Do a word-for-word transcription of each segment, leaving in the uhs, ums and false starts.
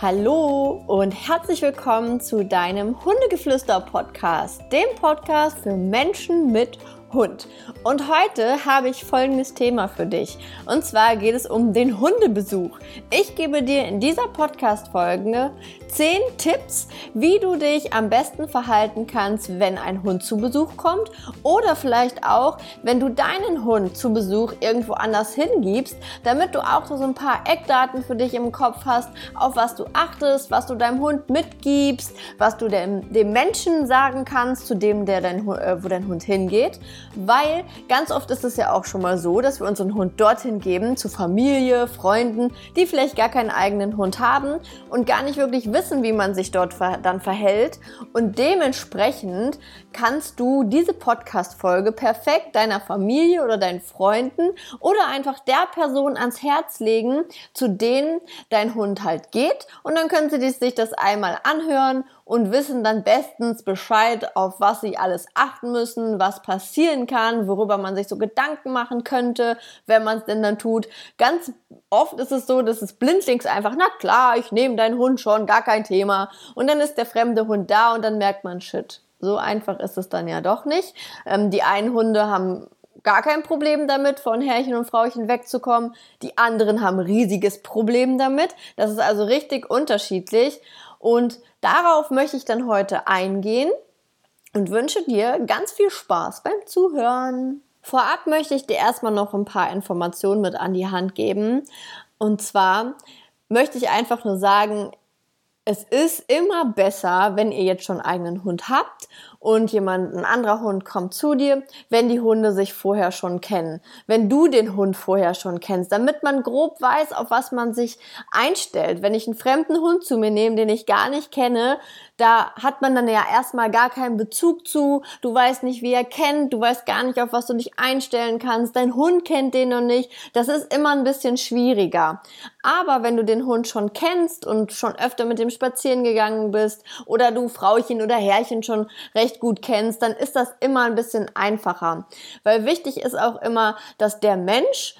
Hallo und herzlich willkommen zu deinem Hundegeflüster-Podcast, dem Podcast für Menschen mit Hund. Und heute habe ich folgendes Thema für dich. Und zwar geht es um den Hundebesuch. Ich gebe dir in dieser Podcast-Folge zehn Tipps, wie du dich am besten verhalten kannst, wenn ein Hund zu Besuch kommt oder vielleicht auch, wenn du deinen Hund zu Besuch irgendwo anders hingibst, damit du auch so ein paar Eckdaten für dich im Kopf hast, auf was du achtest, was du deinem Hund mitgibst, was du dem, dem Menschen sagen kannst, zu dem, der dein, äh, wo dein Hund hingeht. Weil ganz oft ist es ja auch schon mal so, dass wir unseren Hund dorthin geben, zu Familie, Freunden, die vielleicht gar keinen eigenen Hund haben und gar nicht wirklich wissen, wie man sich dort dann verhält. Und dementsprechend kannst du diese Podcast-Folge perfekt deiner Familie oder deinen Freunden oder einfach der Person ans Herz legen, zu denen dein Hund halt geht. Und dann können sie sich das einmal anhören und wissen dann bestens Bescheid, auf was sie alles achten müssen, was passieren kann, worüber man sich so Gedanken machen könnte, wenn man es denn dann tut. Ganz oft ist es so, dass es blindlings einfach, na klar, ich nehme deinen Hund schon, gar kein Thema. Und dann ist der fremde Hund da und dann merkt man, shit, so einfach ist es dann ja doch nicht. Ähm, die einen Hunde haben gar kein Problem damit, von Herrchen und Frauchen wegzukommen. Die anderen haben ein riesiges Problem damit. Das ist also richtig unterschiedlich. Und darauf möchte ich dann heute eingehen und wünsche dir ganz viel Spaß beim Zuhören. Vorab möchte ich dir erstmal noch ein paar Informationen mit an die Hand geben. Und zwar möchte ich einfach nur sagen, es ist immer besser, wenn ihr jetzt schon einen eigenen Hund habt und jemand, ein anderer Hund kommt zu dir, wenn die Hunde sich vorher schon kennen. Wenn du den Hund vorher schon kennst, damit man grob weiß, auf was man sich einstellt. Wenn ich einen fremden Hund zu mir nehme, den ich gar nicht kenne, da hat man dann ja erstmal gar keinen Bezug zu. Du weißt nicht, wie er kennt, du weißt gar nicht, auf was du dich einstellen kannst. Dein Hund kennt den noch nicht. Das ist immer ein bisschen schwieriger. Aber wenn du den Hund schon kennst und schon öfter mit dem spazieren gegangen bist oder du Frauchen oder Herrchen schon recht gut kennst, dann ist das immer ein bisschen einfacher. Weil wichtig ist auch immer, dass der Mensch,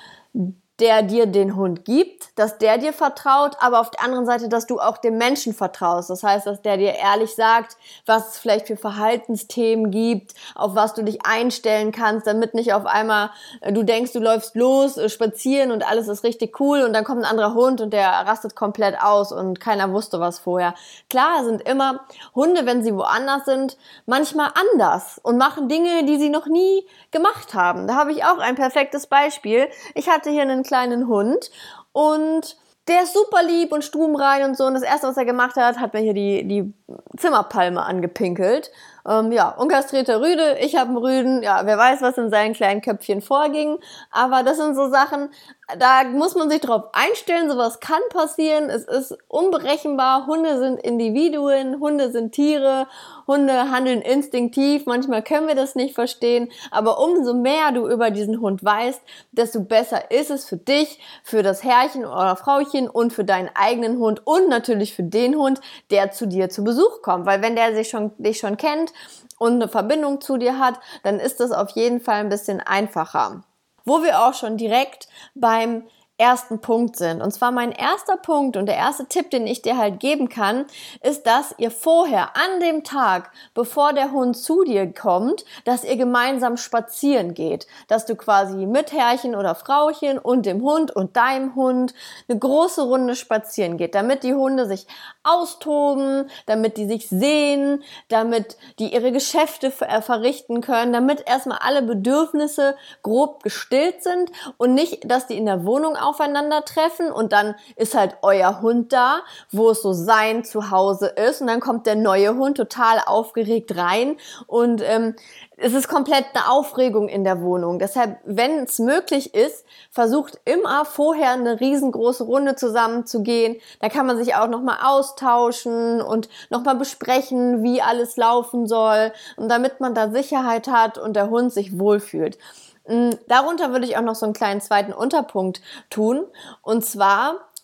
der dir den Hund gibt, dass der dir vertraut, aber auf der anderen Seite, dass du auch dem Menschen vertraust. Das heißt, dass der dir ehrlich sagt, was es vielleicht für Verhaltensthemen gibt, auf was du dich einstellen kannst, damit nicht auf einmal äh, du denkst, du läufst los, äh, spazieren und alles ist richtig cool und dann kommt ein anderer Hund und der rastet komplett aus und keiner wusste was vorher. Klar sind immer Hunde, wenn sie woanders sind, manchmal anders und machen Dinge, die sie noch nie gemacht haben. Da habe ich auch ein perfektes Beispiel. Ich hatte hier einen kleinen Hund und der ist super lieb und stubenrein und so und das erste, was er gemacht hat, hat mir hier die, die Zimmerpalme angepinkelt. Ähm, ja, unkastrierter Rüde, ich habe einen Rüden, ja, wer weiß, was in seinen kleinen Köpfchen vorging, aber das sind so Sachen, da muss man sich drauf einstellen, sowas kann passieren, es ist unberechenbar, Hunde sind Individuen, Hunde sind Tiere, Hunde handeln instinktiv, manchmal können wir das nicht verstehen, aber umso mehr du über diesen Hund weißt, desto besser ist es für dich, für das Herrchen oder Frauchen und für deinen eigenen Hund und natürlich für den Hund, der zu dir zu Besuch kommt, weil wenn der sich schon, dich schon kennt und eine Verbindung zu dir hat, dann ist das auf jeden Fall ein bisschen einfacher. Wo wir auch schon direkt beim ersten Punkt sind. Und zwar mein erster Punkt und der erste Tipp, den ich dir halt geben kann, ist, dass ihr vorher an dem Tag, bevor der Hund zu dir kommt, dass ihr gemeinsam spazieren geht. Dass du quasi mit Herrchen oder Frauchen und dem Hund und deinem Hund eine große Runde spazieren geht, damit die Hunde sich austoben, damit die sich sehen, damit die ihre Geschäfte verrichten können, damit erstmal alle Bedürfnisse grob gestillt sind und nicht, dass die in der Wohnung aufeinandertreffen und dann ist halt euer Hund da, wo es so sein Zuhause ist und dann kommt der neue Hund total aufgeregt rein und ähm, es ist komplett eine Aufregung in der Wohnung. Deshalb, wenn es möglich ist, versucht immer vorher eine riesengroße Runde zusammen zu gehen. Da kann man sich auch nochmal austauschen und nochmal besprechen, wie alles laufen soll, und damit man da Sicherheit hat und der Hund sich wohlfühlt. Darunter würde ich auch noch so einen kleinen zweiten Unterpunkt tun. Und zwar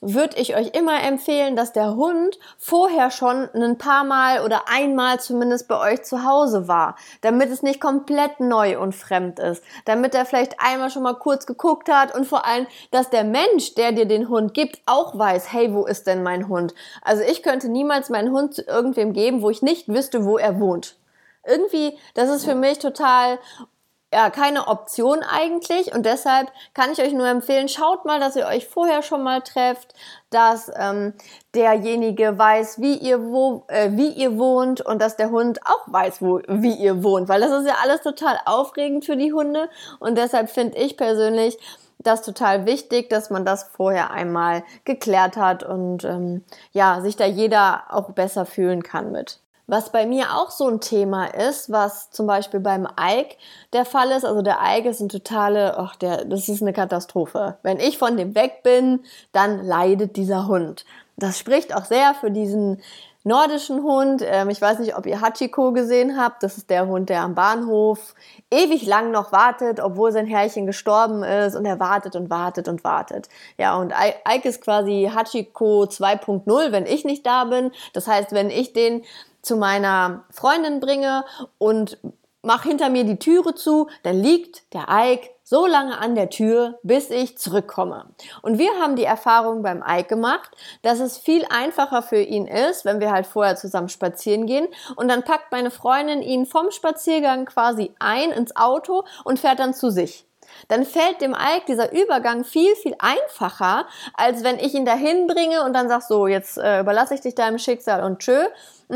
würde ich euch immer empfehlen, dass der Hund vorher schon ein paar Mal oder einmal zumindest bei euch zu Hause war, damit es nicht komplett neu und fremd ist, damit er vielleicht einmal schon mal kurz geguckt hat und vor allem, dass der Mensch, der dir den Hund gibt, auch weiß, hey, wo ist denn mein Hund? Also ich könnte niemals meinen Hund zu irgendwem geben, wo ich nicht wüsste, wo er wohnt. Irgendwie, das ist für mich total, ja, keine Option eigentlich und deshalb kann ich euch nur empfehlen, schaut mal, dass ihr euch vorher schon mal trefft, dass ähm, derjenige weiß, wie ihr, wo, äh, wie ihr wohnt und dass der Hund auch weiß, wo, wie ihr wohnt, weil das ist ja alles total aufregend für die Hunde und deshalb finde ich persönlich das total wichtig, dass man das vorher einmal geklärt hat und ähm, ja, sich da jeder auch besser fühlen kann mit. Was bei mir auch so ein Thema ist, was zum Beispiel beim Ike der Fall ist, also der Ike ist eine totale, ach, der, das ist eine Katastrophe. Wenn ich von dem weg bin, dann leidet dieser Hund. Das spricht auch sehr für diesen nordischen Hund. Ähm, ich weiß nicht, ob ihr Hachiko gesehen habt. Das ist der Hund, der am Bahnhof ewig lang noch wartet, obwohl sein Herrchen gestorben ist und er wartet und wartet und wartet. Ja, und Ike ist quasi Hachiko zwei Punkt null, wenn ich nicht da bin. Das heißt, wenn ich den zu meiner Freundin bringe und mach hinter mir die Türe zu, dann liegt der Ike so lange an der Tür, bis ich zurückkomme. Und wir haben die Erfahrung beim Ike gemacht, dass es viel einfacher für ihn ist, wenn wir halt vorher zusammen spazieren gehen und dann packt meine Freundin ihn vom Spaziergang quasi ein ins Auto und fährt dann zu sich. Dann fällt dem Ike dieser Übergang viel, viel einfacher, als wenn ich ihn dahin bringe und dann sag so, jetzt äh, überlasse ich dich deinem Schicksal und tschö.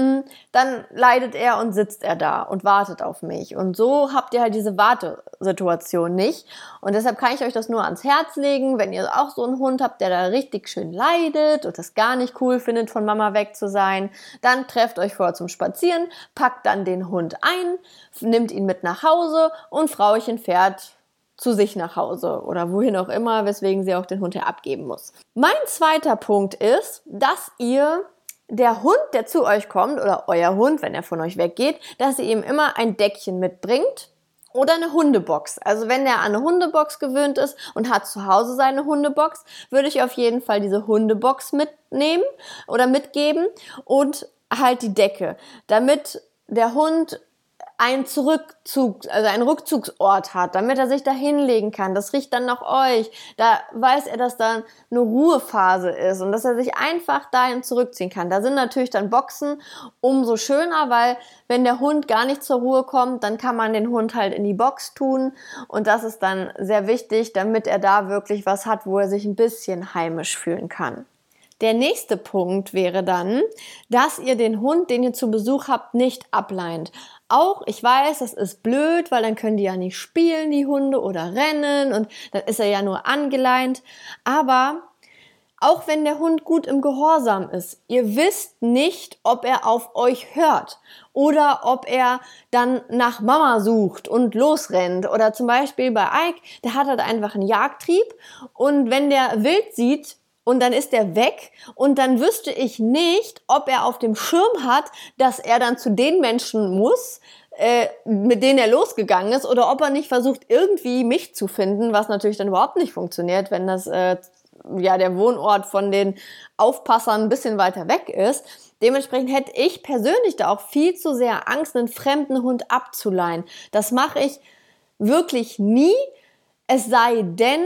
Dann leidet er und sitzt er da und wartet auf mich. Und so habt ihr halt diese Wartesituation nicht. Und deshalb kann ich euch das nur ans Herz legen, wenn ihr auch so einen Hund habt, der da richtig schön leidet und das gar nicht cool findet, von Mama weg zu sein, dann trefft euch vor zum Spazieren, packt dann den Hund ein, nimmt ihn mit nach Hause und Frauchen fährt zu sich nach Hause oder wohin auch immer, weswegen sie auch den Hund hier abgeben muss. Mein zweiter Punkt ist, dass ihr der Hund, der zu euch kommt, oder euer Hund, wenn er von euch weggeht, dass ihr ihm immer ein Deckchen mitbringt oder eine Hundebox. Also wenn er an eine Hundebox gewöhnt ist und hat zu Hause seine Hundebox, würde ich auf jeden Fall diese Hundebox mitnehmen oder mitgeben und halt die Decke, damit der Hund einen Zurückzug, also einen Rückzugsort hat, damit er sich da hinlegen kann. Das riecht dann nach euch. Da weiß er, dass da eine Ruhephase ist und dass er sich einfach dahin zurückziehen kann. Da sind natürlich dann Boxen umso schöner, weil wenn der Hund gar nicht zur Ruhe kommt, dann kann man den Hund halt in die Box tun und das ist dann sehr wichtig, damit er da wirklich was hat, wo er sich ein bisschen heimisch fühlen kann. Der nächste Punkt wäre dann, dass ihr den Hund, den ihr zu Besuch habt, nicht ableint. Auch, ich weiß, das ist blöd, weil dann können die ja nicht spielen, die Hunde, oder rennen und dann ist er ja nur angeleint. Aber auch wenn der Hund gut im Gehorsam ist, ihr wisst nicht, ob er auf euch hört oder ob er dann nach Mama sucht und losrennt. Oder zum Beispiel bei Ike, der hat halt einfach einen Jagdtrieb und wenn der wild sieht, und dann ist er weg und dann wüsste ich nicht, ob er auf dem Schirm hat, dass er dann zu den Menschen muss, äh, mit denen er losgegangen ist, oder ob er nicht versucht, irgendwie mich zu finden, was natürlich dann überhaupt nicht funktioniert, wenn das äh, ja der Wohnort von den Aufpassern ein bisschen weiter weg ist. Dementsprechend hätte ich persönlich da auch viel zu sehr Angst, einen fremden Hund abzuleihen. Das mache ich wirklich nie, es sei denn,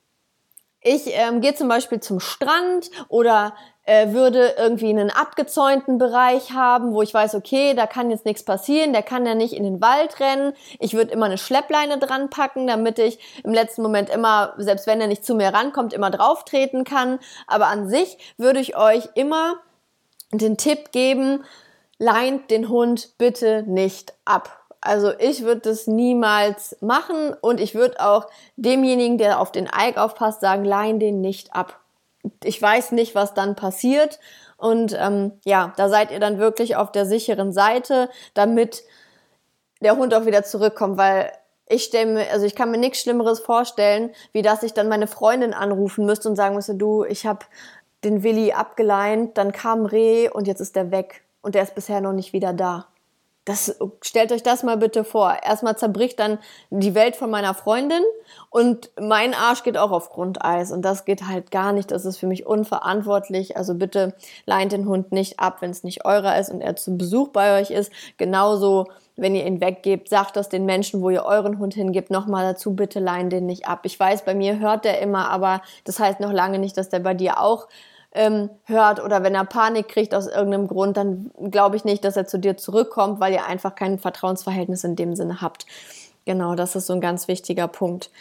ich ähm, gehe zum Beispiel zum Strand oder äh, würde irgendwie einen abgezäunten Bereich haben, wo ich weiß, okay, da kann jetzt nichts passieren, der kann ja nicht in den Wald rennen. Ich würde immer eine Schleppleine dran packen, damit ich im letzten Moment immer, selbst wenn er nicht zu mir rankommt, immer drauf treten kann. Aber an sich würde ich euch immer den Tipp geben, leint den Hund bitte nicht ab. Also ich würde das niemals machen und ich würde auch demjenigen, der auf den Ike aufpasst, sagen, leih den nicht ab. Ich weiß nicht, was dann passiert und ähm, ja, da seid ihr dann wirklich auf der sicheren Seite, damit der Hund auch wieder zurückkommt, weil ich stelle mir, also ich kann mir nichts Schlimmeres vorstellen, wie dass ich dann meine Freundin anrufen müsste und sagen müsste, du, ich habe den Willi abgeleint, dann kam Reh und jetzt ist der weg und der ist bisher noch nicht wieder da. Das, stellt euch das mal bitte vor. Erstmal zerbricht dann die Welt von meiner Freundin und mein Arsch geht auch auf Grundeis. Und das geht halt gar nicht. Das ist für mich unverantwortlich. Also bitte leint den Hund nicht ab, wenn es nicht eurer ist und er zu Besuch bei euch ist. Genauso, wenn ihr ihn weggebt, sagt das den Menschen, wo ihr euren Hund hingebt, nochmal dazu, bitte leint den nicht ab. Ich weiß, bei mir hört der immer, aber das heißt noch lange nicht, dass der bei dir auch Ähm, hört oder wenn er Panik kriegt aus irgendeinem Grund, dann glaube ich nicht, dass er zu dir zurückkommt, weil ihr einfach kein Vertrauensverhältnis in dem Sinne habt. Genau, das ist so ein ganz wichtiger Punkt.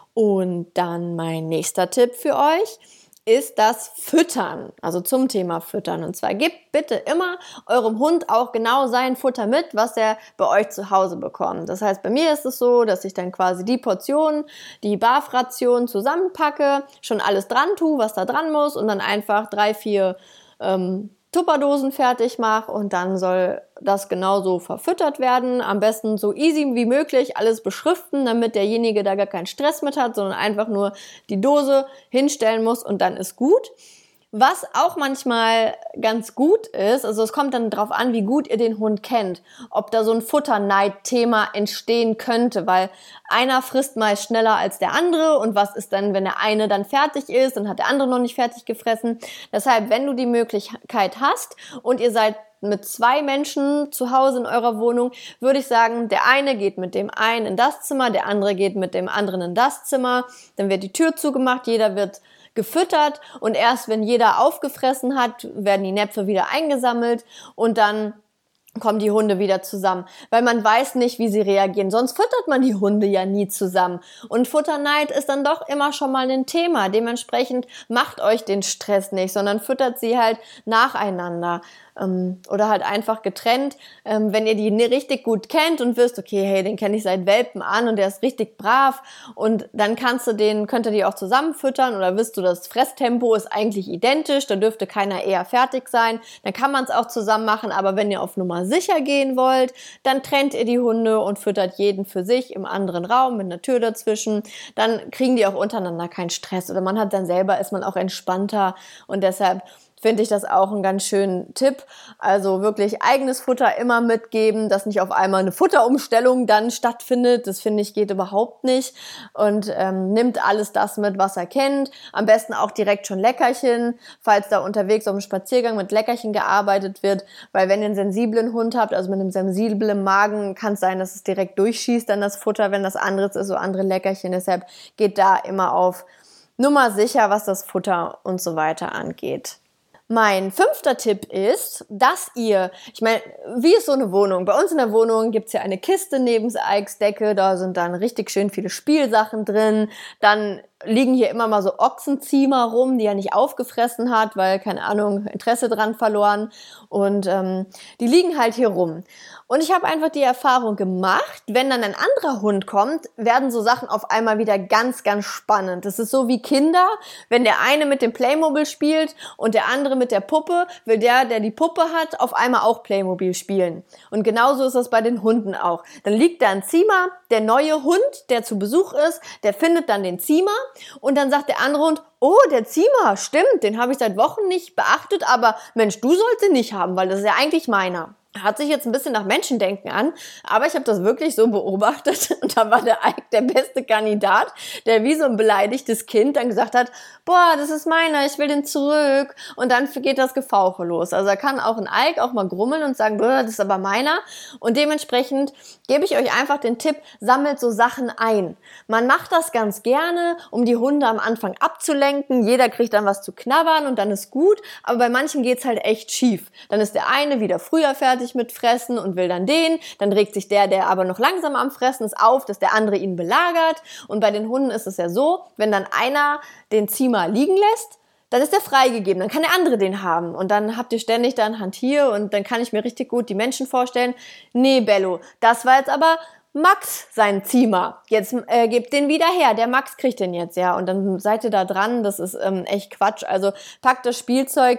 Und dann mein nächster Tipp für euch ist das Füttern, also zum Thema Füttern. Und zwar gebt bitte immer eurem Hund auch genau sein Futter mit, was er bei euch zu Hause bekommt. Das heißt, bei mir ist es so, dass ich dann quasi die Portionen, die Barf-Ration zusammenpacke, schon alles dran tue, was da dran muss und dann einfach drei, vier ähm, Tupperdosen fertig mache und dann soll das genauso verfüttert werden. Am besten so easy wie möglich alles beschriften, damit derjenige da gar keinen Stress mit hat, sondern einfach nur die Dose hinstellen muss und dann ist gut. Was auch manchmal ganz gut ist, also es kommt dann drauf an, wie gut ihr den Hund kennt, ob da so ein Futterneid-Thema entstehen könnte, weil einer frisst meist schneller als der andere und was ist dann, wenn der eine dann fertig ist und hat der andere noch nicht fertig gefressen. Deshalb, wenn du die Möglichkeit hast und ihr seid mit zwei Menschen zu Hause in eurer Wohnung, würde ich sagen, der eine geht mit dem einen in das Zimmer, der andere geht mit dem anderen in das Zimmer, dann wird die Tür zugemacht, jeder wird gefüttert und erst wenn jeder aufgefressen hat, werden die Näpfe wieder eingesammelt und dann kommen die Hunde wieder zusammen, weil man weiß nicht, wie sie reagieren. Sonst füttert man die Hunde ja nie zusammen. Und Futterneid ist dann doch immer schon mal ein Thema. Dementsprechend macht euch den Stress nicht, sondern füttert sie halt nacheinander. Ähm, oder halt einfach getrennt. Ähm, wenn ihr die richtig gut kennt und wisst, okay, hey, den kenne ich seit Welpen an und der ist richtig brav und dann kannst du den, könnt ihr die auch zusammen füttern oder wisst du, das Fresstempo ist eigentlich identisch, da dürfte keiner eher fertig sein, dann kann man es auch zusammen machen, aber wenn ihr auf Nummer sicher gehen wollt, dann trennt ihr die Hunde und füttert jeden für sich im anderen Raum mit einer Tür dazwischen, dann kriegen die auch untereinander keinen Stress oder man hat dann selber, ist man auch entspannter und deshalb finde ich das auch einen ganz schönen Tipp. Also wirklich eigenes Futter immer mitgeben, dass nicht auf einmal eine Futterumstellung dann stattfindet. Das finde ich geht überhaupt nicht. Und ähm, nimmt alles das mit, was er kennt. Am besten auch direkt schon Leckerchen, falls da unterwegs auf dem Spaziergang mit Leckerchen gearbeitet wird. Weil wenn ihr einen sensiblen Hund habt, also mit einem sensiblen Magen, kann es sein, dass es direkt durchschießt dann das Futter, wenn das anderes ist, so andere Leckerchen. Deshalb geht da immer auf Nummer sicher, was das Futter und so weiter angeht. Mein fünfter Tipp ist, dass ihr, ich meine, wie ist so eine Wohnung? Bei uns in der Wohnung gibt's ja eine Kiste neben der Eichsdecke, da sind dann richtig schön viele Spielsachen drin. Dann liegen hier immer mal so Ochsenziemer rum, die er nicht aufgefressen hat, weil, keine Ahnung, Interesse dran verloren. Und ähm, die liegen halt hier rum. Und ich habe einfach die Erfahrung gemacht, wenn dann ein anderer Hund kommt, werden so Sachen auf einmal wieder ganz, ganz spannend. Das ist so wie Kinder, wenn der eine mit dem Playmobil spielt und der andere mit der Puppe, will der, der die Puppe hat, auf einmal auch Playmobil spielen. Und genauso ist das bei den Hunden auch. Dann liegt da ein Ziemer, der neue Hund, der zu Besuch ist, der findet dann den Ziemer und dann sagt der andere Hund, oh, der Ziemer, stimmt, den habe ich seit Wochen nicht beachtet, aber Mensch, du sollst ihn nicht haben, weil das ist ja eigentlich meiner. Hört sich jetzt ein bisschen nach Menschendenken an, aber ich habe das wirklich so beobachtet und da war der Ike der beste Kandidat, der wie so ein beleidigtes Kind dann gesagt hat, boah, das ist meiner, ich will den zurück und dann geht das Gefauche los. Also da kann auch ein Ike auch mal grummeln und sagen, boah, das ist aber meiner und dementsprechend gebe ich euch einfach den Tipp, sammelt so Sachen ein. Man macht das ganz gerne, um die Hunde am Anfang abzulenken, jeder kriegt dann was zu knabbern und dann ist gut, aber bei manchen geht's halt echt schief. Dann ist der eine wieder früher fertig mit Fressen und will dann den, dann regt sich der, der aber noch langsamer am Fressen ist, auf, dass der andere ihn belagert und bei den Hunden ist es ja so, wenn dann einer den Ziemer liegen lässt, dann ist der freigegeben, dann kann der andere den haben und dann habt ihr ständig da eine Hand hier und dann kann ich mir richtig gut die Menschen vorstellen, nee Bello, das war jetzt aber Max sein Ziemer, jetzt äh, gebt den wieder her, der Max kriegt den jetzt, ja und dann seid ihr da dran, das ist ähm, echt Quatsch, also packt das Spielzeug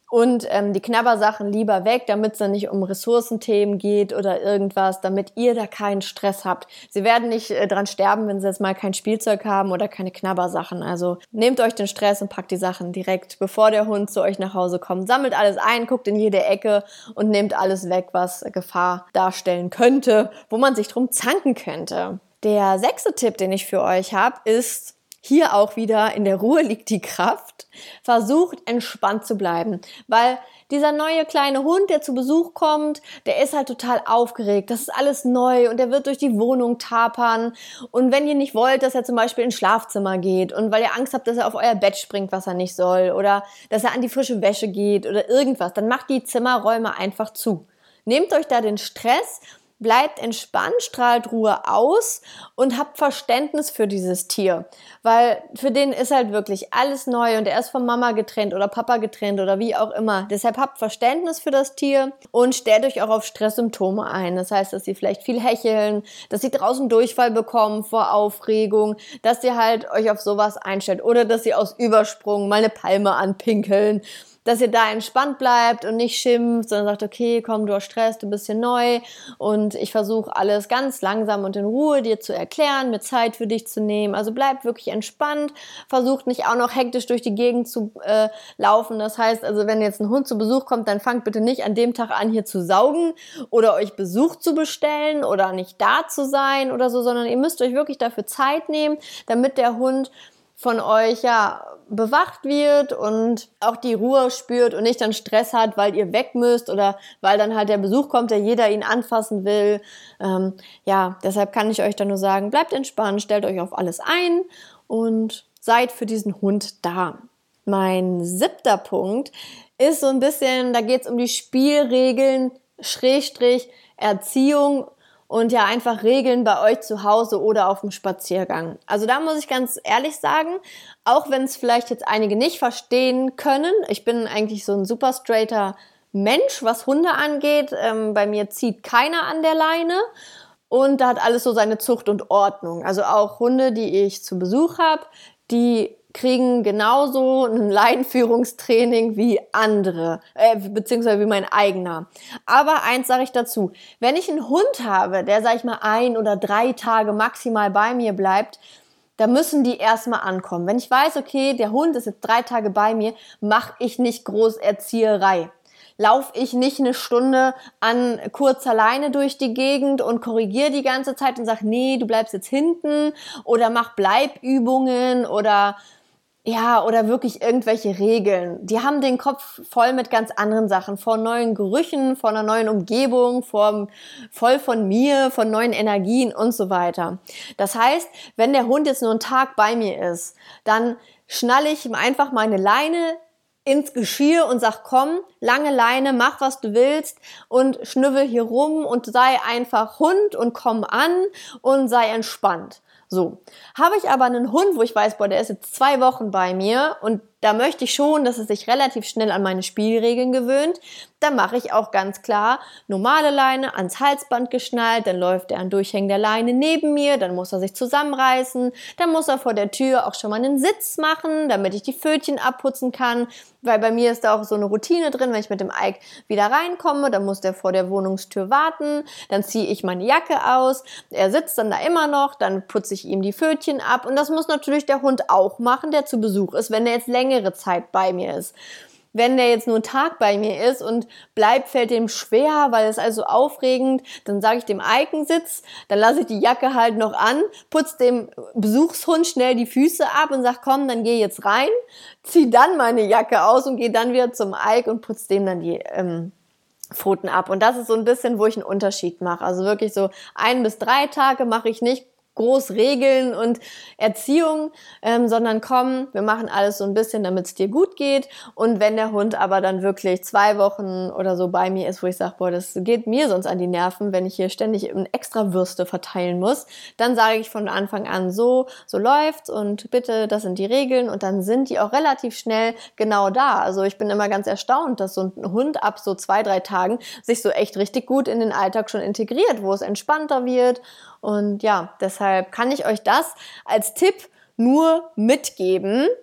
Und ähm, die Knabbersachen lieber weg, damit es dann nicht um Ressourcenthemen geht oder irgendwas, damit ihr da keinen Stress habt. Sie werden nicht äh, dran sterben, wenn sie jetzt mal kein Spielzeug haben oder keine Knabbersachen. Also nehmt euch den Stress und packt die Sachen direkt, bevor der Hund zu euch nach Hause kommt. Sammelt alles ein, guckt in jede Ecke und nehmt alles weg, was Gefahr darstellen könnte, wo man sich drum zanken könnte. Der sechste Tipp, den ich für euch habe, ist: Hier auch wieder, in der Ruhe liegt die Kraft. Versucht entspannt zu bleiben, weil dieser neue kleine Hund, der zu Besuch kommt, der ist halt total aufgeregt. Das ist alles neu und der wird durch die Wohnung tapern. Und wenn ihr nicht wollt, dass er zum Beispiel ins Schlafzimmer geht und weil ihr Angst habt, dass er auf euer Bett springt, was er nicht soll, oder dass er an die frische Wäsche geht oder irgendwas, dann macht die Zimmerräume einfach zu. Nehmt euch da den Stress. Bleibt entspannt, strahlt Ruhe aus und habt Verständnis für dieses Tier, weil für den ist halt wirklich alles neu und er ist von Mama getrennt oder Papa getrennt oder wie auch immer. Deshalb habt Verständnis für das Tier und stellt euch auch auf Stresssymptome ein. Das heißt, dass sie vielleicht viel hecheln, dass sie draußen Durchfall bekommen vor Aufregung, dass ihr halt euch auf sowas einstellt oder dass sie aus Übersprung mal eine Palme anpinkeln. Dass ihr da entspannt bleibt und nicht schimpft, sondern sagt, okay, komm, du hast Stress, du bist hier neu und ich versuche alles ganz langsam und in Ruhe dir zu erklären, mir Zeit für dich zu nehmen. Also bleibt wirklich entspannt, versucht nicht auch noch hektisch durch die Gegend zu äh, laufen. Das heißt, also wenn jetzt ein Hund zu Besuch kommt, dann fangt bitte nicht an dem Tag an, hier zu saugen oder euch Besuch zu bestellen oder nicht da zu sein oder so, sondern ihr müsst euch wirklich dafür Zeit nehmen, damit der Hund von euch ja bewacht wird und auch die Ruhe spürt und nicht dann Stress hat, weil ihr weg müsst oder weil dann halt der Besuch kommt, der jeder ihn anfassen will. Ähm, ja, deshalb kann ich euch da nur sagen, bleibt entspannt, stellt euch auf alles ein und seid für diesen Hund da. Mein siebter Punkt ist so ein bisschen, da geht es um die Spielregeln, Schrägstrich, Erziehung und ja einfach Regeln bei euch zu Hause oder auf dem Spaziergang. Also da muss ich ganz ehrlich sagen, auch wenn es vielleicht jetzt einige nicht verstehen können, ich bin eigentlich so ein super straighter Mensch, was Hunde angeht. Ähm, bei mir zieht keiner an der Leine und da hat alles so seine Zucht und Ordnung. Also auch Hunde, die ich zu Besuch habe, die kriegen genauso ein Leinenführungstraining wie andere, äh, beziehungsweise wie mein eigener. Aber eins sage ich dazu, wenn ich einen Hund habe, der, sag ich mal, ein oder drei Tage maximal bei mir bleibt, da müssen die erstmal ankommen. Wenn ich weiß, okay, der Hund ist jetzt drei Tage bei mir, mache ich nicht groß Erzieherei. Laufe ich nicht eine Stunde an kurzer Leine durch die Gegend und korrigiere die ganze Zeit und sage, nee, du bleibst jetzt hinten oder mach Bleibübungen oder ja, oder wirklich irgendwelche Regeln. Die haben den Kopf voll mit ganz anderen Sachen, vor neuen Gerüchen, vor einer neuen Umgebung, vor, voll von mir, von neuen Energien und so weiter. Das heißt, wenn der Hund jetzt nur einen Tag bei mir ist, dann schnalle ich ihm einfach meine Leine ins Geschirr und sag, komm, lange Leine, mach was du willst und schnüffel hier rum und sei einfach Hund und komm an und sei entspannt. So, habe ich aber einen Hund, wo ich weiß, boah, der ist jetzt zwei Wochen bei mir und da möchte ich schon, dass es sich relativ schnell an meine Spielregeln gewöhnt, dann mache ich auch ganz klar normale Leine ans Halsband geschnallt, dann läuft er an Durchhängen der Leine neben mir, dann muss er sich zusammenreißen, dann muss er vor der Tür auch schon mal einen Sitz machen, damit ich die Pfötchen abputzen kann, weil bei mir ist da auch so eine Routine drin, wenn ich mit dem Ike wieder reinkomme, dann muss der vor der Wohnungstür warten, dann ziehe ich meine Jacke aus, er sitzt dann da immer noch, dann putze ich ihm die Pfötchen ab und das muss natürlich der Hund auch machen, der zu Besuch ist, wenn er jetzt längere Zeit bei mir ist. Wenn der jetzt nur einen Tag bei mir ist und bleibt, fällt dem schwer, weil es also aufregend, dann sage ich dem Eikensitz, dann lasse ich die Jacke halt noch an, putze dem Besuchshund schnell die Füße ab und sage, komm, dann geh jetzt rein, zieh dann meine Jacke aus und gehe dann wieder zum Eik und putze dem dann die ähm, Pfoten ab. Und das ist so ein bisschen, wo ich einen Unterschied mache. Also wirklich so ein bis drei Tage mache ich nicht groß Regeln und Erziehung, ähm, sondern komm, wir machen alles so ein bisschen, damit es dir gut geht. Und wenn der Hund aber dann wirklich zwei Wochen oder so bei mir ist, wo ich sage, boah, das geht mir sonst an die Nerven, wenn ich hier ständig extra Würste verteilen muss, dann sage ich von Anfang an so, so läuft's und bitte, das sind die Regeln und dann sind die auch relativ schnell genau da. Also ich bin immer ganz erstaunt, dass so ein Hund ab so zwei, drei Tagen sich so echt richtig gut in den Alltag schon integriert, wo es entspannter wird. Und ja, deshalb kann ich euch das als Tipp nur mitgeben,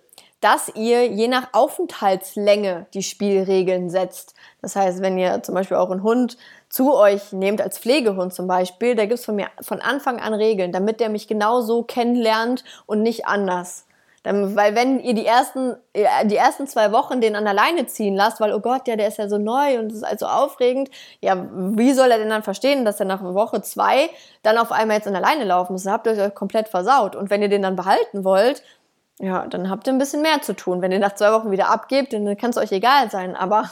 dass ihr je nach Aufenthaltslänge die Spielregeln setzt. Das heißt, wenn ihr zum Beispiel auch einen Hund zu euch nehmt, als Pflegehund zum Beispiel, da gibt es von mir von Anfang an Regeln, damit der mich genau so kennenlernt und nicht anders. Dann, weil wenn ihr die ersten, die ersten zwei Wochen den an der Leine ziehen lasst, weil, oh Gott, ja, der ist ja so neu und das ist also aufregend, ja, wie soll er denn dann verstehen, dass er nach Woche zwei dann auf einmal jetzt an der Leine laufen muss? Dann habt ihr euch komplett versaut. Und wenn ihr den dann behalten wollt, ja, dann habt ihr ein bisschen mehr zu tun. Wenn ihr nach zwei Wochen wieder abgebt, dann kann es euch egal sein. Aber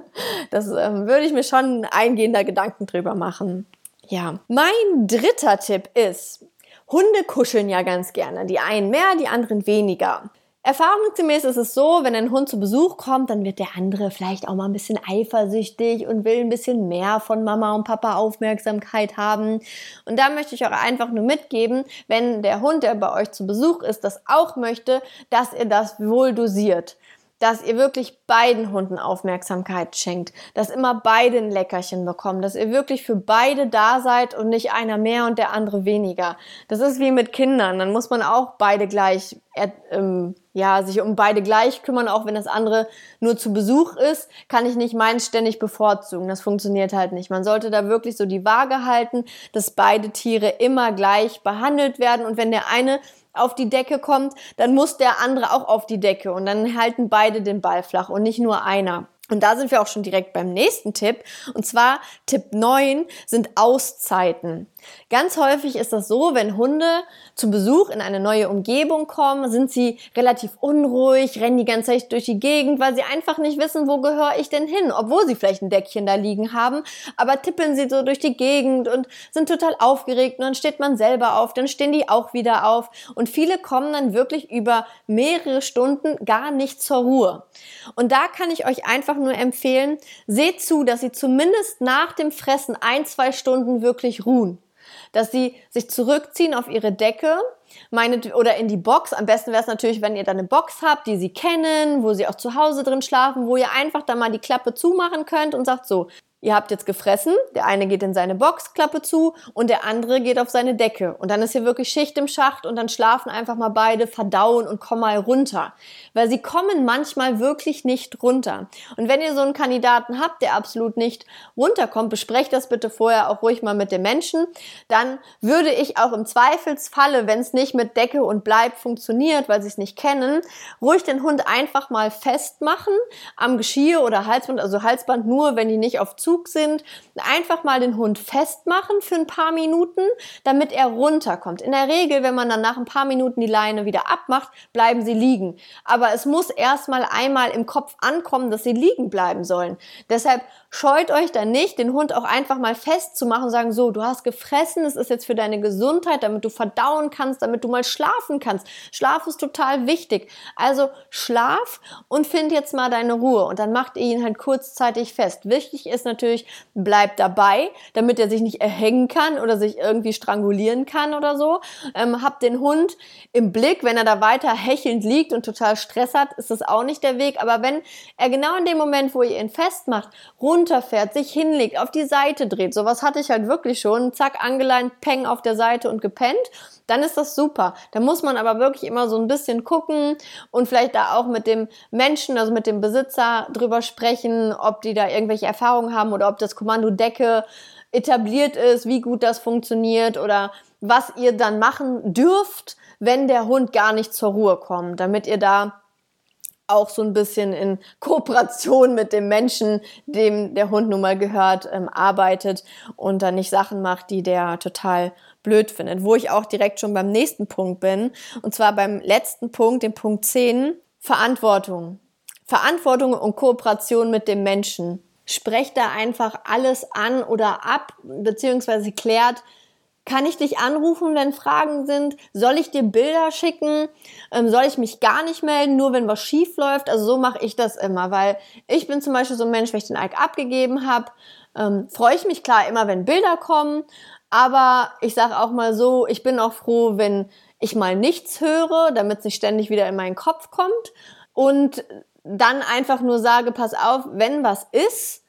das ähm, würde ich mir schon eingehender Gedanken drüber machen. Ja, mein dritter Tipp ist, Hunde kuscheln ja ganz gerne. Die einen mehr, die anderen weniger. Erfahrungsgemäß ist es so, wenn ein Hund zu Besuch kommt, dann wird der andere vielleicht auch mal ein bisschen eifersüchtig und will ein bisschen mehr von Mama und Papa Aufmerksamkeit haben. Und da möchte ich euch einfach nur mitgeben, wenn der Hund, der bei euch zu Besuch ist, das auch möchte, dass ihr das wohl dosiert. Dass ihr wirklich beiden Hunden Aufmerksamkeit schenkt, dass immer beide ein Leckerchen bekommen, dass ihr wirklich für beide da seid und nicht einer mehr und der andere weniger. Das ist wie mit Kindern, dann muss man auch beide gleich, äh, ähm, ja, sich um beide gleich kümmern, auch wenn das andere nur zu Besuch ist, kann ich nicht meins ständig bevorzugen. Das funktioniert halt nicht. Man sollte da wirklich so die Waage halten, dass beide Tiere immer gleich behandelt werden und wenn der eine auf die Decke kommt, dann muss der andere auch auf die Decke und dann halten beide den Ball flach und nicht nur einer. Und da sind wir auch schon direkt beim nächsten Tipp. Und zwar Tipp neun sind Auszeiten. Ganz häufig ist das so, wenn Hunde zu Besuch in eine neue Umgebung kommen, sind sie relativ unruhig, rennen die ganze Zeit durch die Gegend, weil sie einfach nicht wissen, wo gehöre ich denn hin, obwohl sie vielleicht ein Deckchen da liegen haben, aber tippeln sie so durch die Gegend und sind total aufgeregt und dann steht man selber auf, dann stehen die auch wieder auf und viele kommen dann wirklich über mehrere Stunden gar nicht zur Ruhe. Und da kann ich euch einfach nur empfehlen, seht zu, dass sie zumindest nach dem Fressen ein, zwei Stunden wirklich ruhen. Dass sie sich zurückziehen auf ihre Decke meine, oder in die Box. Am besten wäre es natürlich, wenn ihr dann eine Box habt, die sie kennen, wo sie auch zu Hause drin schlafen, wo ihr einfach dann mal die Klappe zumachen könnt und sagt so, ihr habt jetzt gefressen, der eine geht in seine Box, Klappe zu und der andere geht auf seine Decke. Und dann ist hier wirklich Schicht im Schacht und dann schlafen einfach mal beide, verdauen und kommen mal runter. Weil sie kommen manchmal wirklich nicht runter. Und wenn ihr so einen Kandidaten habt, der absolut nicht runterkommt, besprecht das bitte vorher auch ruhig mal mit dem Menschen. Dann würde ich auch im Zweifelsfalle, wenn es nicht mit Decke und Bleib funktioniert, weil sie es nicht kennen, ruhig den Hund einfach mal festmachen am Geschirr oder Halsband, also Halsband nur, wenn die nicht auf Zug sind, einfach mal den Hund festmachen für ein paar Minuten, damit er runterkommt. In der Regel, wenn man dann nach ein paar Minuten die Leine wieder abmacht, bleiben sie liegen. Aber es muss erstmal einmal im Kopf ankommen, dass sie liegen bleiben sollen. Deshalb scheut euch dann nicht, den Hund auch einfach mal festzumachen und sagen, so, du hast gefressen, es ist jetzt für deine Gesundheit, damit du verdauen kannst, damit du mal schlafen kannst. Schlaf ist total wichtig. Also schlaf und find jetzt mal deine Ruhe und dann macht ihr ihn halt kurzzeitig fest. Wichtig ist natürlich, bleibt dabei, damit er sich nicht erhängen kann oder sich irgendwie strangulieren kann oder so. Ähm, habt den Hund im Blick, wenn er da weiter hechelnd liegt und total Stress hat, ist das auch nicht der Weg. Aber wenn er genau in dem Moment, wo ihr ihn festmacht, runterfährt, sich hinlegt, auf die Seite dreht, sowas hatte ich halt wirklich schon, zack, angeleint, peng auf der Seite und gepennt, dann ist das super. Da muss man aber wirklich immer so ein bisschen gucken und vielleicht da auch mit dem Menschen, also mit dem Besitzer drüber sprechen, ob die da irgendwelche Erfahrungen haben oder ob das Kommando Decke etabliert ist, wie gut das funktioniert oder was ihr dann machen dürft, wenn der Hund gar nicht zur Ruhe kommt, damit ihr da auch so ein bisschen in Kooperation mit dem Menschen, dem der Hund nun mal gehört, ähm, arbeitet und dann nicht Sachen macht, die der total blöd findet. Wo ich auch direkt schon beim nächsten Punkt bin, und zwar beim letzten Punkt, dem Punkt zehn, Verantwortung. Verantwortung und Kooperation mit dem Menschen. Sprecht da einfach alles an oder ab, beziehungsweise klärt, kann ich dich anrufen, wenn Fragen sind? Soll ich dir Bilder schicken? Ähm, soll ich mich gar nicht melden, nur wenn was schief läuft? Also so mache ich das immer, weil ich bin zum Beispiel so ein Mensch, wenn ich den Ike abgegeben habe, ähm, freue ich mich klar immer, wenn Bilder kommen, aber ich sage auch mal so, ich bin auch froh, wenn ich mal nichts höre, damit es nicht ständig wieder in meinen Kopf kommt und dann einfach nur sage, pass auf, wenn was ist,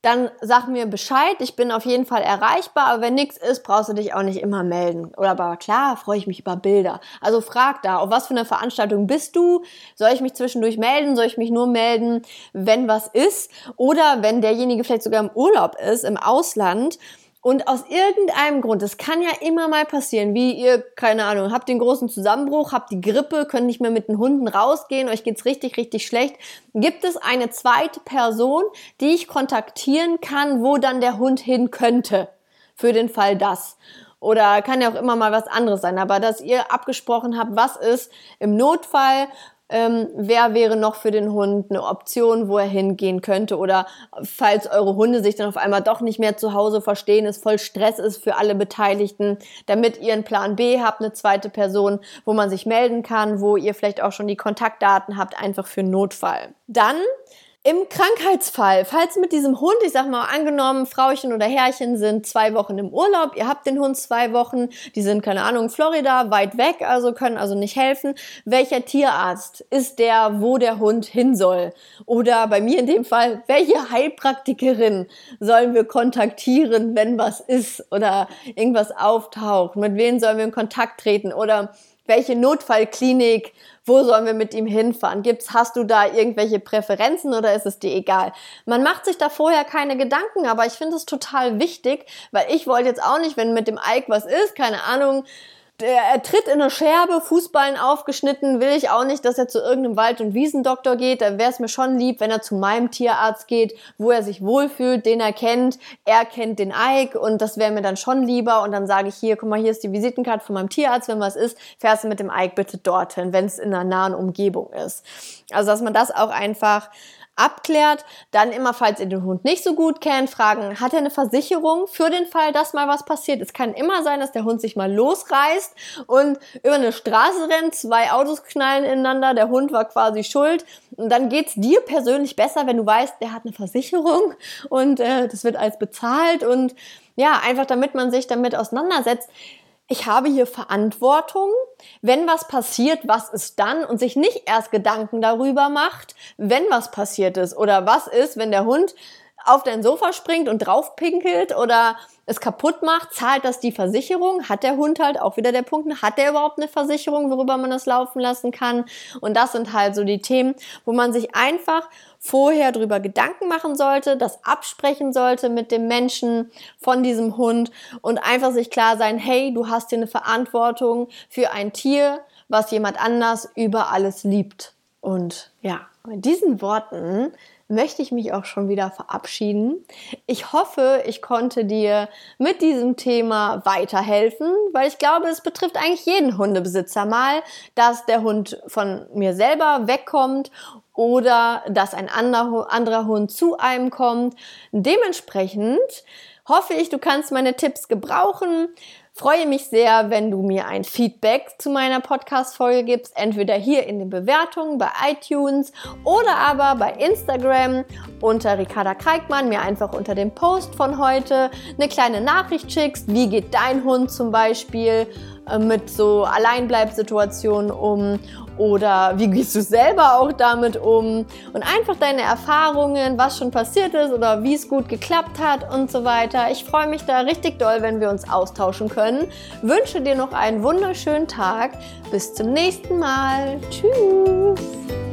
dann sag mir Bescheid, ich bin auf jeden Fall erreichbar, aber wenn nichts ist, brauchst du dich auch nicht immer melden. Oder aber klar, freue ich mich über Bilder. Also frag da, auf was für eine Veranstaltung bist du? Soll ich mich zwischendurch melden? Soll ich mich nur melden, wenn was ist? Oder wenn derjenige vielleicht sogar im Urlaub ist, im Ausland, und aus irgendeinem Grund, das kann ja immer mal passieren, wie ihr, keine Ahnung, habt den großen Zusammenbruch, habt die Grippe, könnt nicht mehr mit den Hunden rausgehen, euch geht's richtig, richtig schlecht. Gibt es eine zweite Person, die ich kontaktieren kann, wo dann der Hund hin könnte? Für den Fall das. Oder kann ja auch immer mal was anderes sein, aber dass ihr abgesprochen habt, was ist im Notfall, Ähm, wer wäre noch für den Hund eine Option, wo er hingehen könnte, oder falls eure Hunde sich dann auf einmal doch nicht mehr zu Hause verstehen, es voll Stress ist für alle Beteiligten, damit ihr einen Plan B habt, eine zweite Person, wo man sich melden kann, wo ihr vielleicht auch schon die Kontaktdaten habt, einfach für einen Notfall. Dann im Krankheitsfall, falls mit diesem Hund, ich sag mal angenommen, Frauchen oder Herrchen sind zwei Wochen im Urlaub, ihr habt den Hund zwei Wochen, die sind, keine Ahnung, Florida, weit weg, also können also nicht helfen. Welcher Tierarzt ist der, wo der Hund hin soll? Oder bei mir in dem Fall, welche Heilpraktikerin sollen wir kontaktieren, wenn was ist oder irgendwas auftaucht? Mit wem sollen wir in Kontakt treten? Oder welche Notfallklinik, wo sollen wir mit ihm hinfahren? Gibt's, hast du da irgendwelche Präferenzen oder ist es dir egal? Man macht sich da vorher keine Gedanken, aber ich finde es total wichtig, weil ich wollte jetzt auch nicht, wenn mit dem Ike was ist, keine Ahnung, der, er tritt in eine Scherbe, Fußballen aufgeschnitten, will ich auch nicht, dass er zu irgendeinem Wald- und Wiesendoktor geht. Da wäre es mir schon lieb, wenn er zu meinem Tierarzt geht, wo er sich wohlfühlt, den er kennt. Er kennt den Ike und das wäre mir dann schon lieber. Und dann sage ich hier, guck mal, hier ist die Visitenkarte von meinem Tierarzt. Wenn was ist, fährst du mit dem Ike bitte dorthin, wenn es in einer nahen Umgebung ist. Also, dass man das auch einfach abklärt. Dann immer, falls ihr den Hund nicht so gut kennt, fragen, hat er eine Versicherung für den Fall, dass mal was passiert? Es kann immer sein, dass der Hund sich mal losreißt und über eine Straße rennt, zwei Autos knallen ineinander, der Hund war quasi schuld und dann geht's dir persönlich besser, wenn du weißt, der hat eine Versicherung und äh, das wird alles bezahlt und ja, einfach damit man sich damit auseinandersetzt. Ich habe hier Verantwortung, wenn was passiert, was ist dann? Und sich nicht erst Gedanken darüber macht, wenn was passiert ist. Oder was ist, wenn der Hund auf dein Sofa springt und drauf pinkelt oder es kaputt macht, zahlt das die Versicherung? Hat der Hund halt auch wieder der Punkt, hat der überhaupt eine Versicherung, worüber man das laufen lassen kann? Und das sind halt so die Themen, wo man sich einfach vorher drüber Gedanken machen sollte, das absprechen sollte mit dem Menschen von diesem Hund und einfach sich klar sein, hey, du hast hier eine Verantwortung für ein Tier, was jemand anders über alles liebt. Und ja, mit diesen Worten möchte ich mich auch schon wieder verabschieden. Ich hoffe, ich konnte dir mit diesem Thema weiterhelfen, weil ich glaube, es betrifft eigentlich jeden Hundebesitzer mal, dass der Hund von mir selber wegkommt oder dass ein anderer Hund zu einem kommt. Dementsprechend hoffe ich, du kannst meine Tipps gebrauchen. Freue mich sehr, wenn du mir ein Feedback zu meiner Podcast-Folge gibst, entweder hier in den Bewertungen bei iTunes oder aber bei Instagram unter Ricarda Kreikmann, mir einfach unter dem Post von heute eine kleine Nachricht schickst, wie geht dein Hund zum Beispiel äh, mit so Alleinbleibsituationen um oder wie gehst du selber auch damit um und einfach deine Erfahrungen, was schon passiert ist oder wie es gut geklappt hat und so weiter. Ich freue mich da richtig doll, wenn wir uns austauschen können. Wünsche dir noch einen wunderschönen Tag. Bis zum nächsten Mal. Tschüss.